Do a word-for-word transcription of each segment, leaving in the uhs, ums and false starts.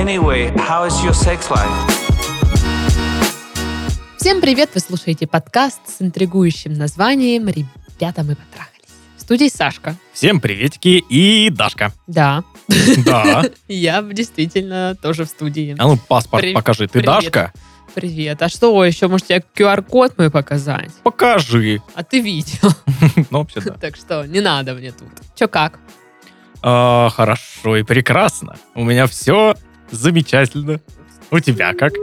Anyway, how is your sex life? Всем привет! Вы слушаете подкаст с интригующим названием «Ребята, мы потрахались». В студии Сашка. Всем приветики и Дашка. Да. Да. Я действительно тоже в студии. А ну паспорт При- покажи. Ты привет. Дашка? Привет. А что, еще, может, тебе ку ар код мой показать? Покажи. А ты видел. Ну, вообще да. Так что не надо мне тут. Че как? А, Хорошо и прекрасно. У меня все замечательно. У тебя как?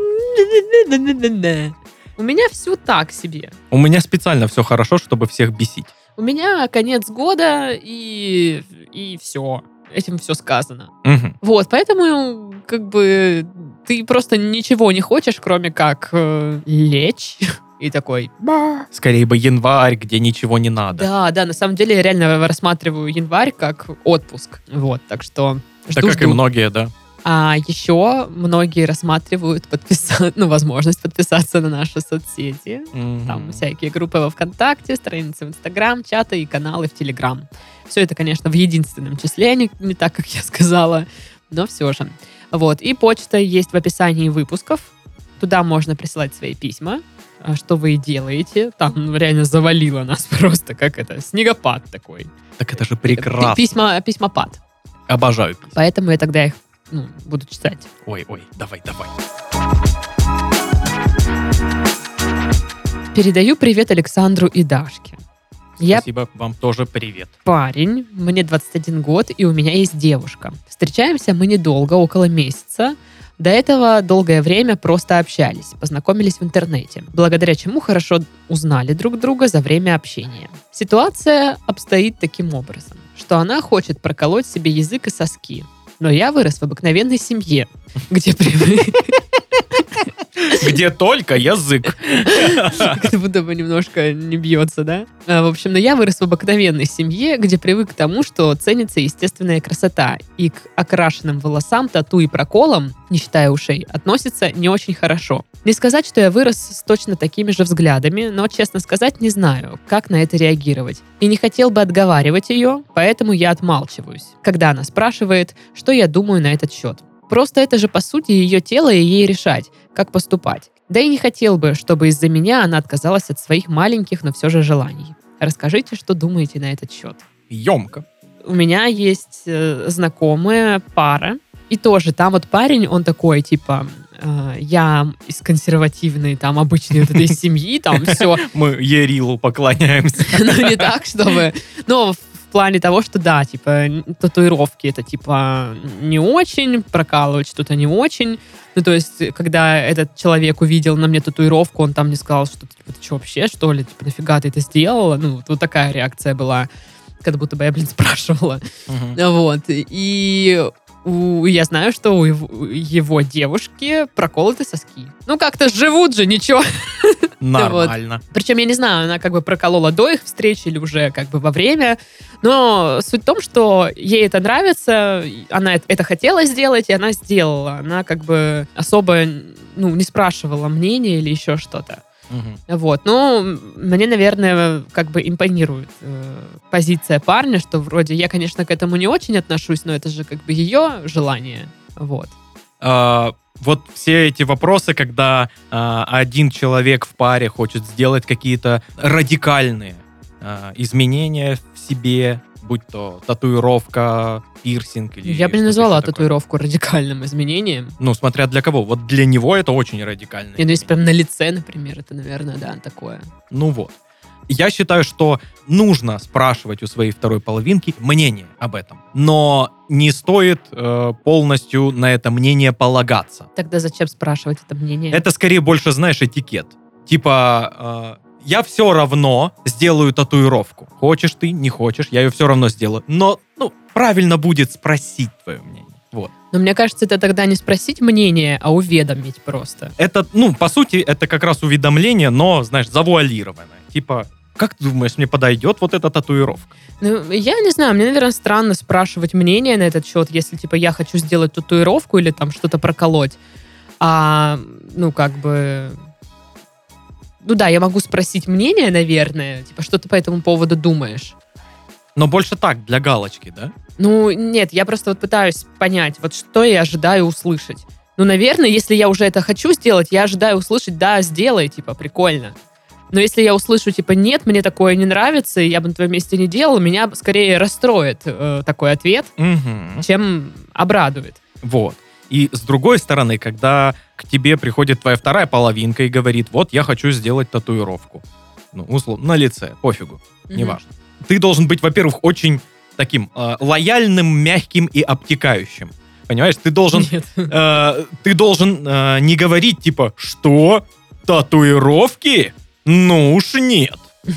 У меня все так себе. У меня специально все хорошо, чтобы всех бесить. У меня конец года и, и все. Этим все сказано. Мгм. Вот, поэтому как бы ты просто ничего не хочешь, кроме как э, лечь и такой... «Ба». Скорее бы январь, где ничего не надо. Да, да, на самом деле я реально рассматриваю январь как отпуск. Вот, так что Так жду, как и жду. многие, да. А еще многие рассматривают подписа... ну, возможность подписаться на наши соцсети. Мгм. Там всякие группы во ВКонтакте, страницы в Инстаграм, чаты и каналы в Телеграм. Все это, конечно, в единственном числе, не, не так, как я сказала, но все же. Вот. И почта есть в описании выпусков. Туда можно присылать свои письма. А что вы и делаете. Там реально завалило нас просто, как это, снегопад такой. Так это же Пи- прекрасно. Письма, письмопад. Обожаю письма. Поэтому я тогда их ну, буду читать. Ой, ой, давай, давай. Передаю привет Александру и Дашке. Я Спасибо, вам тоже привет. парень, мне двадцать один год, и у меня есть девушка. Встречаемся мы недолго, около месяца. До этого долгое время просто общались, познакомились в интернете, благодаря чему хорошо узнали друг друга за время общения. Ситуация обстоит таким образом, что она хочет проколоть себе язык и соски. Но я вырос в обыкновенной семье, где привык... Где только язык. Как будто бы немножко не бьется, да? А, В общем, но я вырос в обыкновенной семье, где привык к тому, что ценится естественная красота. И к окрашенным волосам, тату и проколам, не считая ушей, относится не очень хорошо. Не сказать, что я вырос с точно такими же взглядами, но, честно сказать, не знаю, как на это реагировать. И не хотел бы отговаривать ее, поэтому я отмалчиваюсь, когда она спрашивает, что я думаю на этот счет. Просто это же, по сути, ее тело и ей решать, как поступать. Да и не хотел бы, чтобы из-за меня она отказалась от своих маленьких, но все же желаний. Расскажите, что думаете на этот счет. Емко. У меня есть э, знакомая пара, и тоже там вот парень, он такой, типа, э, я из консервативной, там, обычной вот этой семьи, там все, Мы Ерилу поклоняемся. ну, не так, чтобы... Но в плане того, что да, типа, татуировки это, типа, не очень, прокалывать что-то не очень. Ну, то есть, когда этот человек увидел на мне татуировку, он там мне сказал, что, типа, ты что, вообще, что ли? Типа, нафига ты это сделала? Ну, вот, вот такая реакция была, как будто бы я, блин, спрашивала. Мгм. Вот. И у- я знаю, что у его, у его девушки проколоты соски. Ну, как-то живут же, ничего. Нормально. Причем, я не знаю, она как бы проколола до их встречи или уже как бы во время. Но суть в том, что ей это нравится, она это- это хотела сделать, и она сделала. Она как бы особо ну, не спрашивала мнения или еще что-то. Мгм. Вот. Ну, мне, наверное, как бы импонирует э, позиция парня, что вроде я, конечно, к этому не очень отношусь, но это же как бы ее желание. Вот. А, вот все эти вопросы, когда а, один человек в паре хочет сделать какие-то радикальные а, изменения в себе, будь то татуировка, пирсинг или... Я бы не что-то назвала еще такое. татуировку радикальным изменением. Ну, смотря для кого. Вот для него это очень радикально. И, ну, если прям на лице, например, это, наверное, да, такое. Ну вот. Я считаю, что нужно спрашивать у своей второй половинки мнение об этом. Но не стоит э, полностью на это мнение полагаться. Тогда зачем спрашивать это мнение? Это скорее больше, знаешь, этикет. Типа, э, я все равно сделаю татуировку. Хочешь ты, не хочешь, я ее все равно сделаю. Но, ну, правильно будет спросить твое мнение. Вот. Но мне кажется, это тогда не спросить мнение, а уведомить просто. Это, ну, по сути, это как раз уведомление, но, знаешь, завуалированное. Типа, как ты думаешь, мне подойдет вот эта татуировка? Ну, я не знаю, мне, наверное, странно спрашивать мнение на этот счет, если, типа, я хочу сделать татуировку или там что-то проколоть. А, ну, как бы... Ну да, я могу спросить мнение, наверное, типа, что ты по этому поводу думаешь? Но больше так, для галочки, да? Ну, нет, я просто вот пытаюсь понять, вот что я ожидаю услышать. Ну, наверное, если я уже это хочу сделать, я ожидаю услышать, да, сделай, типа, прикольно. Но если я услышу, типа, нет, мне такое не нравится, и я бы на твоем месте не делал, меня скорее расстроит э, такой ответ, Угу. чем обрадует. Вот. И с другой стороны, когда к тебе приходит твоя вторая половинка и говорит, вот, я хочу сделать татуировку. Ну, условно, на лице, пофигу, Мгм. неважно. Ты должен быть, во-первых, очень таким э, лояльным, мягким и обтекающим. Понимаешь, ты должен, Нет. э, ты должен э, не говорить, типа, что? Татуировки? Ну уж нет.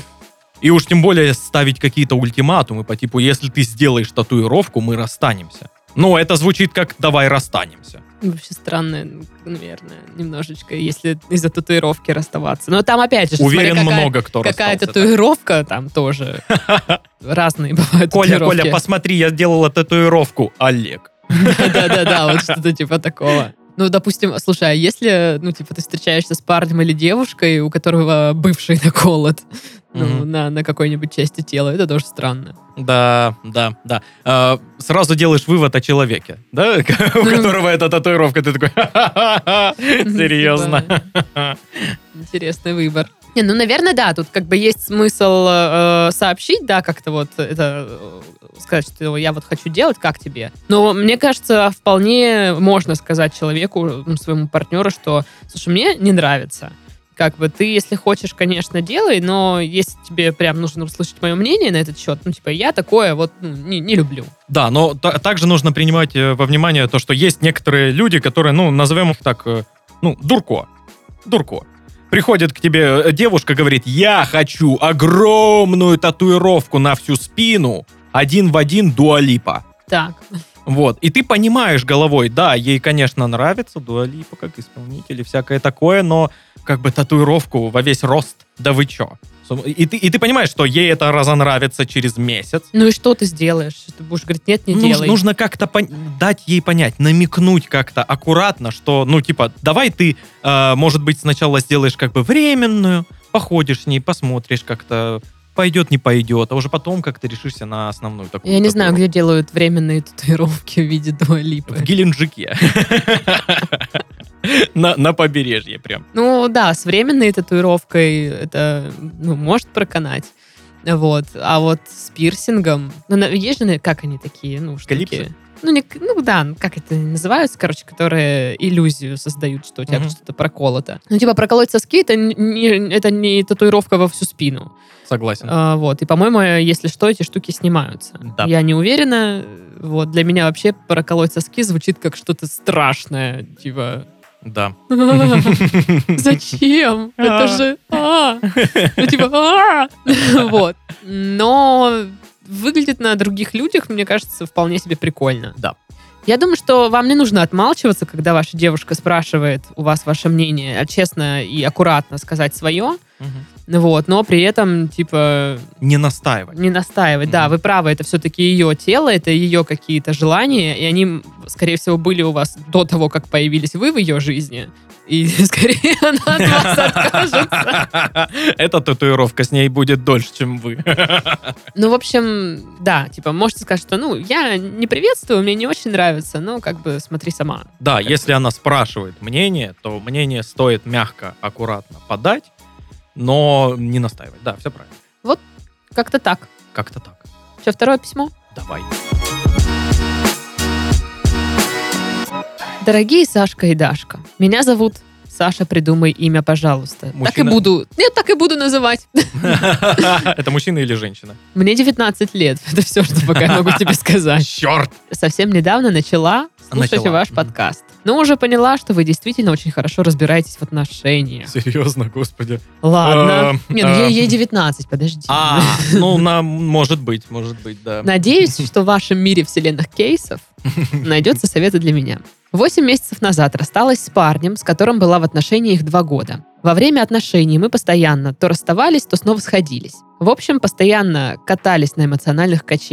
И уж тем более ставить какие-то ультиматумы по типу, если ты сделаешь татуировку, мы расстанемся. Ну, это звучит как «давай расстанемся». Вообще странно, наверное, немножечко, если из-за татуировки расставаться. Но там опять же, Уверен, смотря какая, много кто какая расстался, татуировка, там тоже разные бывают Коля, татуировки. Коля, посмотри, я сделала татуировку. Олег. Да-да-да, вот что-то типа такого. Ну, допустим, слушай, а если, ну, типа, ты встречаешься с парнем или девушкой, у которого бывший наколот, ну, Мгм. на, на какой-нибудь части тела, это тоже странно. Да, да, да. А, сразу делаешь вывод о человеке, да? У которого эта татуировка. Ты такой, «Ха-ха-ха, серьезно. Интересный выбор. Не, ну, наверное, да, тут как бы есть смысл э, сообщить, да, как-то вот это, э, сказать, что я вот хочу делать, как тебе. Но мне кажется, вполне можно сказать человеку, ну, своему партнеру, что, слушай, мне не нравится. Как бы ты, если хочешь, конечно, делай, но если тебе прям нужно услышать мое мнение на этот счет, ну, типа, я такое вот ну, не, не люблю. Да, но та- также нужно принимать э, во внимание то, что есть некоторые люди, которые, ну, назовем их так, э, ну, дурко. Дурко. Приходит к тебе э, девушка, говорит, я хочу огромную татуировку на всю спину, один в один Дуа Липа. Так. Вот. И ты понимаешь головой, да, ей, конечно, нравится Дуа Липа как исполнитель и всякое такое, но как бы татуировку во весь рост, да вы чё? И ты, и ты понимаешь, что ей это разонравится через месяц. Ну и что ты сделаешь? Ты будешь говорить, нет, не Нуж- делай. Нужно как-то пон- дать ей понять, намекнуть как-то аккуратно, что, ну, типа, давай ты, э, может быть, сначала сделаешь как бы временную, походишь с ней, посмотришь как-то, пойдет, не пойдет, а уже потом как-то решишься на основную такую. Я не знаю, татуировку. где делают временные татуировки в виде Дуа Липы. В Геленджике. На, на побережье прям. Ну да, с временной татуировкой это ну, может проканать. Вот. А вот с пирсингом... Ну, на- есть же, как они такие, ну, штуки? Калипсо? Ну, не, ну да, как это называются, короче, которые иллюзию создают, что у тебя Мгм. что-то проколото. Ну, типа, проколоть соски, это не, это не татуировка во всю спину. Согласен. А, вот. И, по-моему, если что, эти штуки снимаются. Да. Я не уверена. Вот. Для меня вообще проколоть соски звучит как что-то страшное. Типа... Да. Зачем? Это же... а. Ну, типа... а. Вот. Но выглядит на других людях, мне кажется, вполне себе прикольно. Да. Я думаю, что вам не нужно отмалчиваться, когда ваша девушка спрашивает у вас ваше мнение, а честно и аккуратно сказать свое. Вот, но при этом, типа, Не настаивать. не настаивать. Да, Мгм. вы правы, это все-таки ее тело, это ее какие-то желания, и они, скорее всего, были у вас до того, как появились вы в ее жизни. И скорее она от вас откажется. Эта татуировка с ней будет дольше, чем вы. Ну, в общем, да, типа, можете сказать, что, ну, я не приветствую, мне не очень нравится, но, как бы, смотри сама. Да, если она спрашивает мнение, то мнение стоит мягко, аккуратно подать, но не настаивать. Да, все правильно. Как-то так. Как-то так. Что, второе письмо? Давай. Дорогие Сашка и Дашка, меня зовут Саша, придумай имя, пожалуйста. Так и Мужчина? буду. Нет, так и буду называть. Это мужчина или женщина? Мне девятнадцать лет. Это все, что пока я могу тебе сказать. Черт! Совсем недавно начала слушать Начала. ваш Мгм. подкаст. Но уже поняла, что вы действительно очень хорошо разбираетесь в отношениях. Серьезно, господи. Ладно. Э, Нет, ну э. ей ей девятнадцать, подожди. А, ну, на, может быть, может быть, да. Надеюсь, что в вашем мире вселенных кейсов найдется советы для меня. Восемь месяцев назад рассталась с парнем, с которым была в отношениях два года. Во время отношений мы постоянно то расставались, то снова сходились. В общем, постоянно катались на эмоциональных качелях.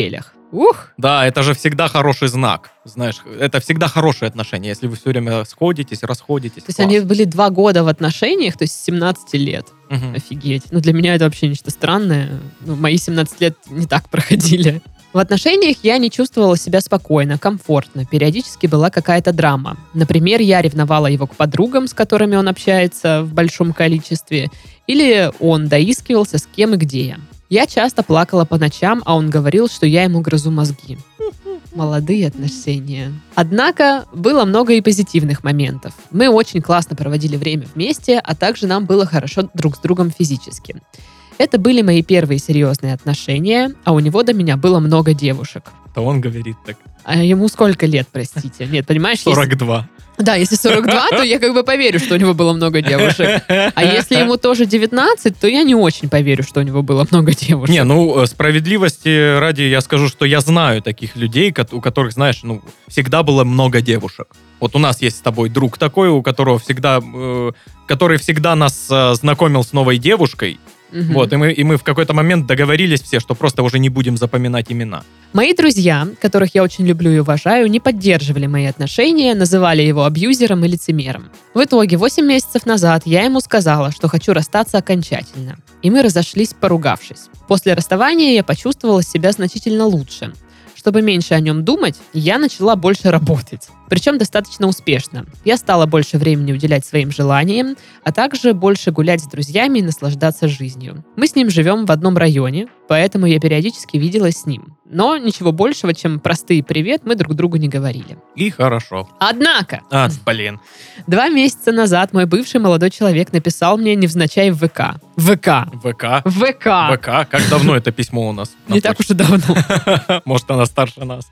Ух! Да, это же всегда хороший знак. Знаешь, это всегда хорошие отношения, если вы все время сходитесь, расходитесь. То есть Класс. они были два года в отношениях, то есть с семнадцати лет. Мгм. Офигеть. Ну, для меня это вообще нечто странное. Ну, мои семнадцать лет не так проходили. В отношениях я не чувствовала себя спокойно, комфортно. Периодически была какая-то драма. Например, я ревновала его к подругам, с которыми он общается в большом количестве. Или он доискивался, с кем и где я. Я часто плакала по ночам, а он говорил, что я ему грызу мозги. Молодые отношения. Однако было много и позитивных моментов. Мы очень классно проводили время вместе, а также нам было хорошо друг с другом физически. Это были мои первые серьезные отношения, а у него до меня было много девушек. То он говорит так. А ему сколько лет, простите? Нет, понимаешь, если- сорок два. Да, если сорок два, то я как бы поверю, что у него было много девушек. А если ему тоже девятнадцать, то я не очень поверю, что у него было много девушек. Не, ну, э, справедливости ради я скажу, что я знаю таких людей, ко- у которых, знаешь, ну, всегда было много девушек. Вот у нас есть с тобой друг такой, у которого всегда, э, который всегда нас э, знакомил с новой девушкой. Мгм. Вот, и мы, и мы в какой-то момент договорились все, что просто уже не будем запоминать имена. Мои друзья, которых я очень люблю и уважаю, не поддерживали мои отношения, называли его абьюзером и лицемером. В итоге, восемь месяцев назад я ему сказала, что хочу расстаться окончательно. И мы разошлись, поругавшись. После расставания я почувствовала себя значительно лучше. Чтобы меньше о нем думать, я начала больше работать. Причем достаточно успешно. Я стала больше времени уделять своим желаниям, а также больше гулять с друзьями и наслаждаться жизнью. Мы с ним живем в одном районе, поэтому я периодически виделась с ним. Но ничего большего, чем простые «привет» мы друг другу не говорили. И хорошо. Однако, А, блин. два месяца назад мой бывший молодой человек написал мне невзначай в ВК. ВК. ВК. ВК. ВК. Как давно это письмо у нас? на Не так почте? уж и давно. Может, она старше нас.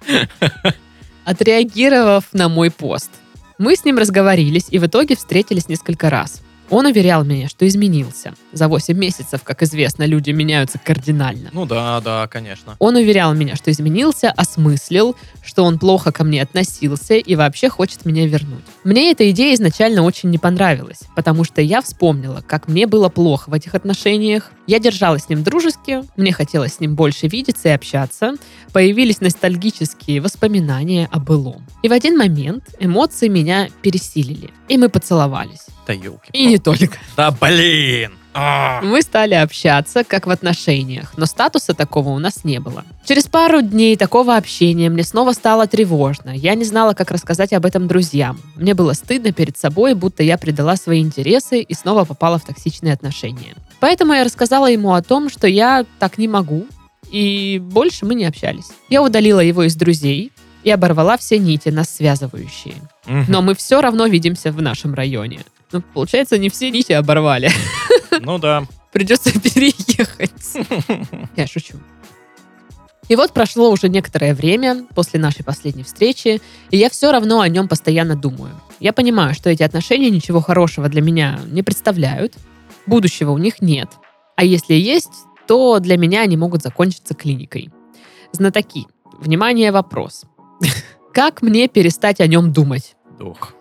Отреагировав на мой пост. Мы с ним разговорились и в итоге встретились несколько раз. Он уверял меня, что изменился. За восемь месяцев, как известно, люди меняются кардинально. Ну да, да, конечно. Он уверял меня, что изменился, осмыслил, что он плохо ко мне относился и вообще хочет меня вернуть. Мне эта идея изначально очень не понравилась, потому что я вспомнила, как мне было плохо в этих отношениях. Я держалась с ним дружески, мне хотелось с ним больше видеться и общаться. Появились ностальгические воспоминания о былом. И в один момент эмоции меня пересилили, и мы поцеловались. Да елки. И не только. Да блин. А. Мы стали общаться, как в отношениях, но статуса такого у нас не было. Через пару дней такого общения мне снова стало тревожно. Я не знала, как рассказать об этом друзьям. Мне было стыдно перед собой, будто я предала свои интересы и снова попала в токсичные отношения. Поэтому я рассказала ему о том, что я так не могу, и больше мы не общались. Я удалила его из друзей и оборвала все нити, нас связывающие. Мгм. Но мы все равно видимся в нашем районе. Ну, получается, не все нити оборвали. Ну да. Придется переехать. Я шучу. И вот прошло уже некоторое время после нашей последней встречи, и я все равно о нем постоянно думаю. Я понимаю, что эти отношения ничего хорошего для меня не представляют, будущего у них нет. А если есть, то для меня они могут закончиться клиникой. Знатоки, внимание, вопрос. Как мне перестать о нем думать? Дух.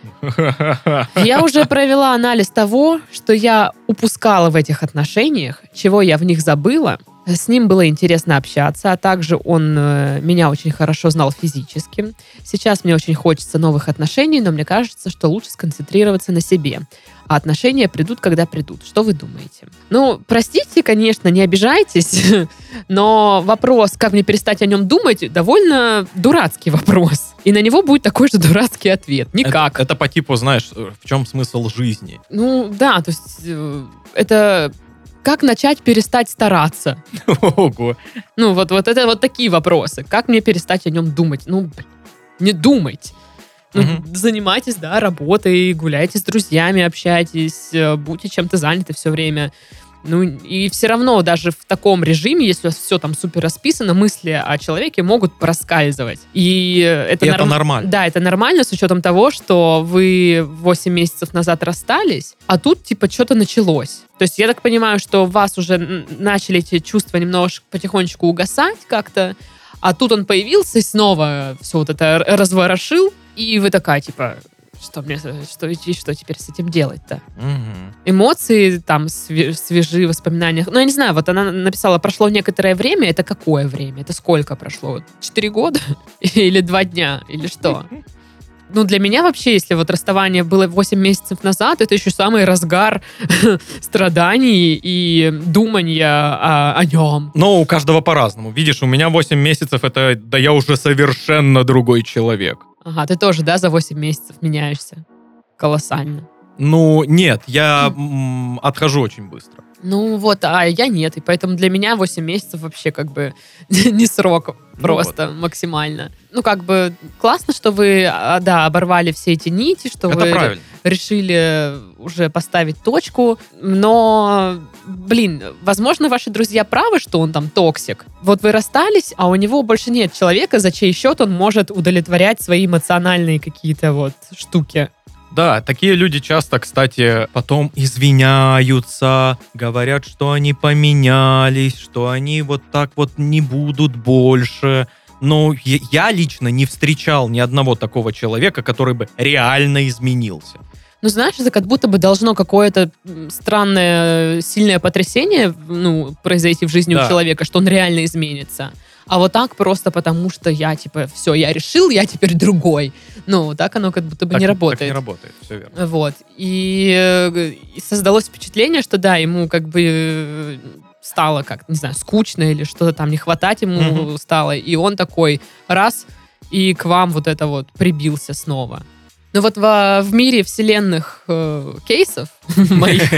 Я уже провела анализ того, что я упускала в этих отношениях, чего я в них забыла. С ним было интересно общаться, а также он э, меня очень хорошо знал физически. Сейчас мне очень хочется новых отношений, но мне кажется, что лучше сконцентрироваться на себе. А отношения придут, когда придут. Что вы думаете? Ну, простите, конечно, не обижайтесь, но вопрос, как мне перестать о нем думать, довольно дурацкий вопрос. И на него будет такой же дурацкий ответ. Никак. Это, это по типу, знаешь, в чем смысл жизни? Ну, да, то есть э, это как начать перестать стараться? Ого. Ну, вот, вот это вот такие вопросы. Как мне перестать о нем думать? Ну, блин, не думайте. Ну, Мгм. занимайтесь, да, работой, гуляйте с друзьями, общайтесь, э, будьте чем-то заняты все время. Ну, и все равно даже в таком режиме, если у вас все там супер расписано, мысли о человеке могут проскальзывать. И это, И это норм- нормально. Да, это нормально с учетом того, что вы восемь месяцев назад расстались, а тут типа что-то началось. То есть я так понимаю, что у вас уже н- начали эти чувства немножко потихонечку угасать как-то, а тут он появился и снова все вот это р- разворошил, и вы такая типа... что мне, что, и что теперь с этим делать-то? Мгм. Эмоции, там, све- свежие воспоминания. Ну, я не знаю, вот она написала, прошло некоторое время. Это какое время? Это сколько прошло? Четыре года? Или два дня? Или что? Ну, для меня вообще, если вот расставание было восемь месяцев назад, это еще самый разгар страданий и думания о, о нем. Но у каждого по-разному. Видишь, у меня восемь месяцев, это, да я уже совершенно другой человек. Ага, ты тоже, да, за восемь месяцев меняешься? Колоссально. Ну, нет, я м, отхожу очень быстро. Ну вот, а я нет, и поэтому для меня восемь месяцев вообще как бы не срок просто максимально. Ну как бы классно, что вы, а, да, оборвали все эти нити, что Это вы правильно. решили уже поставить точку, но, блин, возможно, ваши друзья правы, что он там токсик. Вот вы расстались, а у него больше нет человека, за чей счет он может удовлетворять свои эмоциональные какие-то вот штуки. Да, такие люди часто, кстати, потом извиняются, говорят, что они поменялись, что они вот так вот не будут больше. Но я, я лично не встречал ни одного такого человека, который бы реально изменился. Ну, знаешь, это как будто бы должно какое-то странное, сильное потрясение, ну, произойти в жизни Да. у человека, что он реально изменится. А вот так просто потому, что я, типа, все, я решил, я теперь другой. Ну, так оно как будто бы Так- не Так работает. не работает, все верно. Вот. И, э, и создалось впечатление, что да, ему как бы э, стало как, не знаю, скучно или что-то там не хватать ему Мгм. стало. И он такой раз и к вам вот это вот прибился снова. Но вот во- в мире вселенных э, кейсов моих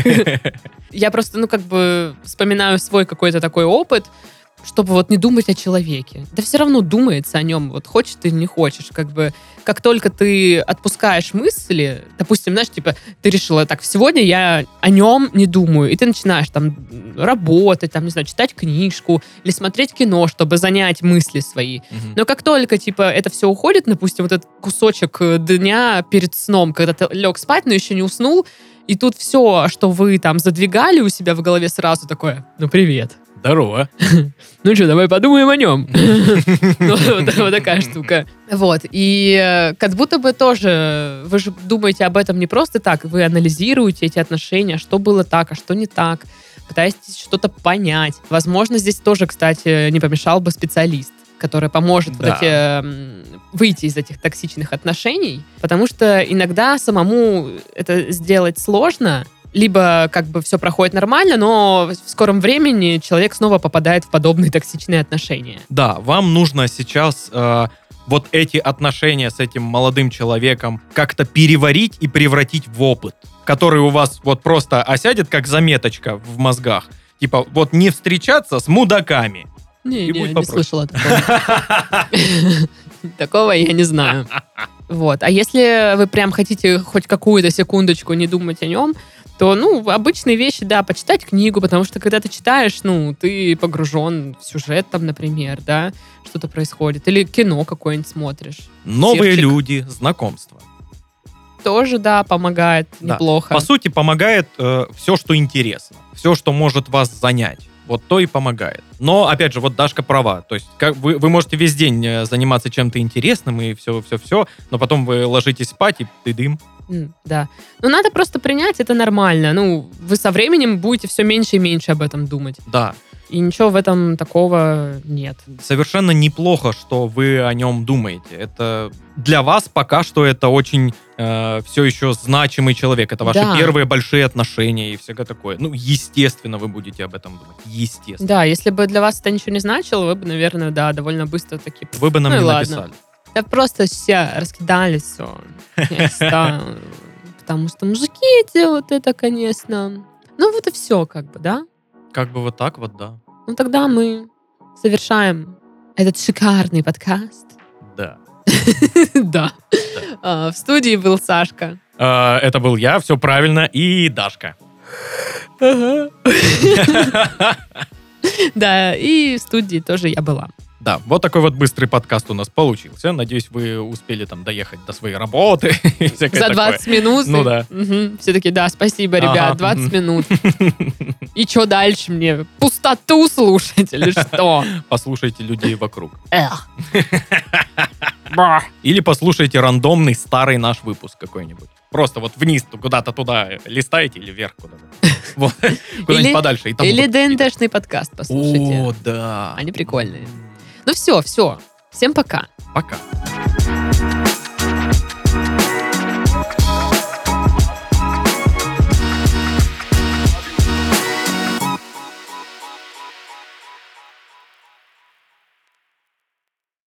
я просто, ну, как бы вспоминаю свой какой-то такой опыт, чтобы вот не думать о человеке. Да все равно думается о нем, вот хочешь ты или не хочешь. Как бы, как только ты отпускаешь мысли, допустим, знаешь, типа, ты решила, так, сегодня я о нем не думаю, и ты начинаешь там работать, там, не знаю, читать книжку или смотреть кино, чтобы занять мысли свои. Мгм. Но как только, типа, это все уходит, допустим, вот этот кусочек э, дня перед сном, когда ты лег спать, но еще не уснул, и тут все, что вы там задвигали у себя в голове, сразу такое, ну, привет. Здорово. Ну что, давай подумаем о нем. Ну, вот вот такая штука. Вот. И э, как будто бы тоже вы же думаете об этом не просто так. Вы анализируете эти отношения, что было так, а что не так. Пытаетесь что-то понять. Возможно, здесь тоже, кстати, не помешал бы специалист, который поможет вот Да. эти, м, выйти из этих токсичных отношений. Потому что иногда самому это сделать сложно, либо как бы все проходит нормально, но в скором времени человек снова попадает в подобные токсичные отношения. Да, вам нужно сейчас э, вот эти отношения с этим молодым человеком как-то переварить и превратить в опыт, который у вас вот просто осядет как заметочка в мозгах. Типа, вот не встречаться с мудаками. Не, И не, будет не попроще. слышала такого. Такого я не знаю. Вот. А если вы прям хотите хоть какую-то секундочку не думать о нем, то, ну, обычные вещи, да, почитать книгу, потому что когда ты читаешь, ну, ты погружен в сюжет там, например, да, что-то происходит. Или кино какое-нибудь смотришь. Новые Сирчик. люди, знакомства. Тоже, да, помогает Да. неплохо. По сути, помогает э, все, что интересно. Все, что может вас занять. Вот то и помогает. Но, опять же, вот Дашка права. То есть как вы, вы можете весь день э, заниматься чем-то интересным и все-все-все, но потом вы ложитесь спать и ты дым. М, Да. Ну, надо просто принять, это нормально. Ну, вы со временем будете все меньше и меньше об этом думать. Да. И ничего в этом такого нет. Совершенно неплохо, что вы о нем думаете. Это для вас пока что это очень э, все еще значимый человек. Это ваши Да. первые большие отношения и всякое такое. Ну, естественно, вы будете об этом думать. Естественно. Да, если бы для вас это ничего не значило, вы бы, наверное, да, довольно быстро такие... Вы бы нам Ну и не ладно. написали. Да просто все раскидали все. Потому что мужики эти, вот это, конечно... Ну, вот и все, как бы, да? Как бы вот так вот, да. Ну, тогда мы совершаем этот шикарный подкаст. Да. Да. А, В студии был Сашка. Э, Это был я, все правильно, и Дашка. Да, и в студии тоже я была. Да, вот такой вот быстрый подкаст у нас получился. Надеюсь, вы успели там доехать до своей работы. и всякое За такое. двадцать минут. Ну да. Все таки да, спасибо, ребят, Ага, двадцать мгм. минут. И что дальше мне? Пустоту слушать или что? Послушайте людей вокруг. Эх. Или послушайте рандомный старый наш выпуск какой-нибудь. Просто вот вниз, куда-то туда листаете или вверх куда-то. Вот. Куда-нибудь Или- подальше. и там Или вот- ДНТшный подкаст послушайте. О, да. Они прикольные. Ну все, все. Всем пока. Пока.